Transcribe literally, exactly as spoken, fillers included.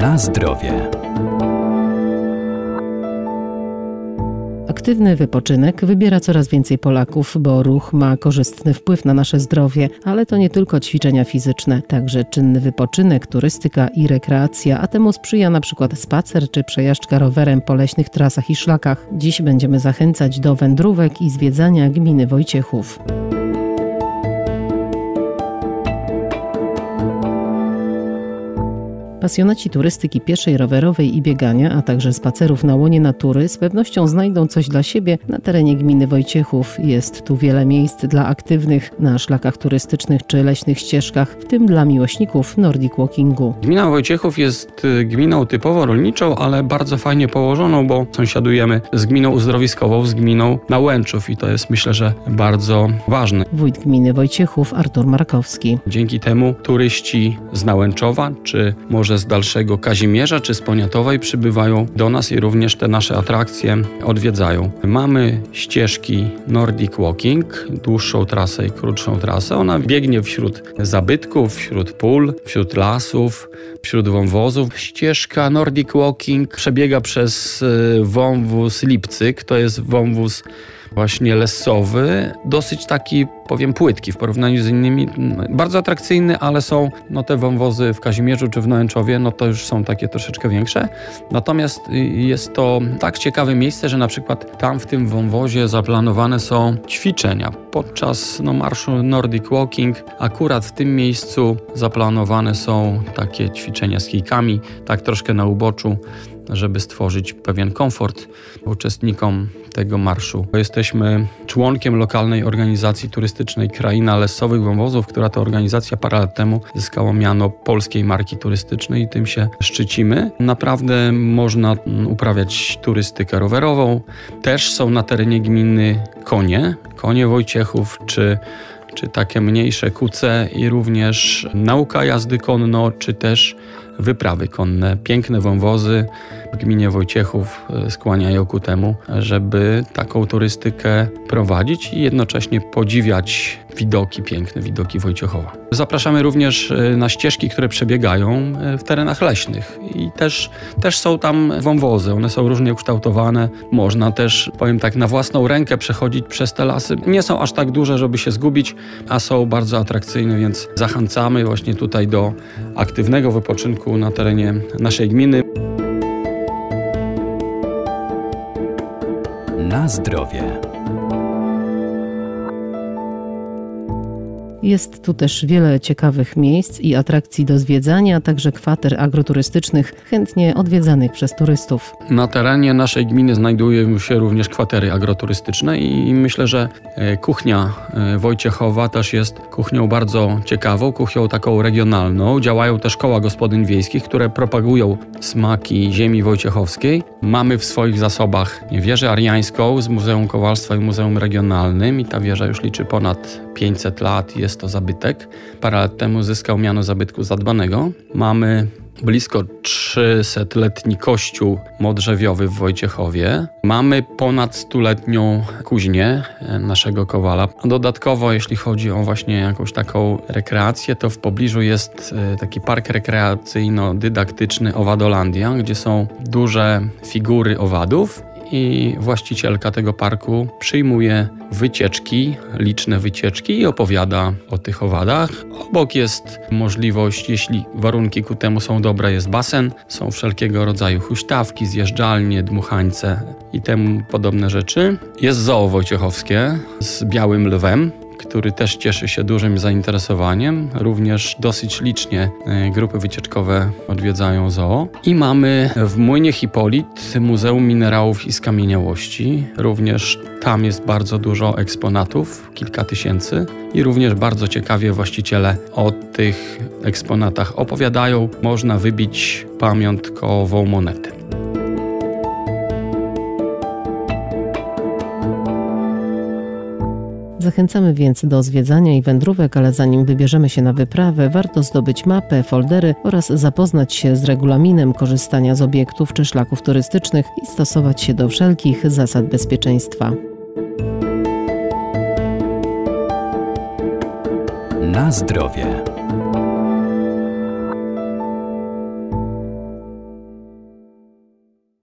Na zdrowie. Aktywny wypoczynek wybiera coraz więcej Polaków, bo ruch ma korzystny wpływ na nasze zdrowie, ale to nie tylko ćwiczenia fizyczne, także czynny wypoczynek, turystyka i rekreacja, a temu sprzyja na przykład spacer czy przejażdżka rowerem po leśnych trasach i szlakach. Dziś będziemy zachęcać do wędrówek i zwiedzania gminy Wojciechów. Pasjonaci turystyki pieszej, rowerowej i biegania, a także spacerów na łonie natury z pewnością znajdą coś dla siebie na terenie gminy Wojciechów. Jest tu wiele miejsc dla aktywnych na szlakach turystycznych czy leśnych ścieżkach, w tym dla miłośników Nordic Walkingu. Gmina Wojciechów jest gminą typowo rolniczą, ale bardzo fajnie położoną, bo sąsiadujemy z gminą uzdrowiskową, z gminą Nałęczów i to jest, myślę, że bardzo ważne. Wójt gminy Wojciechów Artur Markowski. Dzięki temu turyści z Nałęczowa, czy może z dalszego Kazimierza czy z Poniatowej przybywają do nas i również te nasze atrakcje odwiedzają. Mamy ścieżki Nordic Walking, dłuższą trasę i krótszą trasę. Ona biegnie wśród zabytków, wśród pól, wśród lasów, wśród wąwozów. Ścieżka Nordic Walking przebiega przez wąwóz Lipcyk. To jest wąwóz właśnie lesowy, dosyć taki, powiem, płytki w porównaniu z innymi, bardzo atrakcyjny, ale są no, te wąwozy w Kazimierzu czy w Nałęczowie, no to już są takie troszeczkę większe. Natomiast jest to tak ciekawe miejsce, że na przykład tam w tym wąwozie zaplanowane są ćwiczenia. Podczas no, marszu Nordic Walking akurat w tym miejscu zaplanowane są takie ćwiczenia z kijkami, tak troszkę na uboczu, żeby stworzyć pewien komfort uczestnikom tego marszu. Jesteśmy członkiem lokalnej organizacji turystycznej Kraina Lesowych Wąwozów, która to organizacja parę lat temu zyskała miano polskiej marki turystycznej i tym się szczycimy. Naprawdę można uprawiać turystykę rowerową. Też są na terenie gminy konie, konie Wojciechów czy czy takie mniejsze kuce i również nauka jazdy konno, czy też wyprawy konne. Piękne wąwozy w gminie Wojciechów skłaniają ku temu, żeby taką turystykę prowadzić i jednocześnie podziwiać widoki, piękne widoki Wojciechowa. Zapraszamy również na ścieżki, które przebiegają w terenach leśnych i też, też są tam wąwozy. One są różnie ukształtowane. Można też, powiem tak, na własną rękę przechodzić przez te lasy. Nie są aż tak duże, żeby się zgubić, a są bardzo atrakcyjne, więc zachęcamy właśnie tutaj do aktywnego wypoczynku na terenie naszej gminy. Na zdrowie. Jest tu też wiele ciekawych miejsc i atrakcji do zwiedzania, a także kwater agroturystycznych chętnie odwiedzanych przez turystów. Na terenie naszej gminy znajdują się również kwatery agroturystyczne i myślę, że kuchnia Wojciechowa też jest kuchnią bardzo ciekawą, kuchnią taką regionalną. Działają też koła gospodyń wiejskich, które propagują smaki ziemi wojciechowskiej. Mamy w swoich zasobach wieżę ariańską z Muzeum Kowalstwa i Muzeum Regionalnym i ta wieża już liczy ponad pięćset lat, jest to zabytek. Parę lat temu zyskał miano zabytku zadbanego. Mamy blisko trzysetletni kościół modrzewiowy w Wojciechowie. Mamy ponad stuletnią kuźnię naszego kowala. Dodatkowo, jeśli chodzi o właśnie jakąś taką rekreację, to w pobliżu jest taki park rekreacyjno-dydaktyczny Owadolandia, gdzie są duże figury owadów. I właścicielka tego parku przyjmuje wycieczki, liczne wycieczki i opowiada o tych owadach. Obok jest możliwość, jeśli warunki ku temu są dobre, jest basen, są wszelkiego rodzaju huśtawki, zjeżdżalnie, dmuchańce i temu podobne rzeczy. Jest zoo wojciechowskie z białym lwem, który też cieszy się dużym zainteresowaniem. Również dosyć licznie grupy wycieczkowe odwiedzają zoo. I mamy w Młynie Hipolit Muzeum Minerałów i Skamieniałości. Również tam jest bardzo dużo eksponatów, kilka tysięcy. I również bardzo ciekawie właściciele o tych eksponatach opowiadają. Można wybić pamiątkową monetę. Zachęcamy więc do zwiedzania i wędrówek, ale zanim wybierzemy się na wyprawę, warto zdobyć mapę, foldery oraz zapoznać się z regulaminem korzystania z obiektów czy szlaków turystycznych i stosować się do wszelkich zasad bezpieczeństwa. Na zdrowie.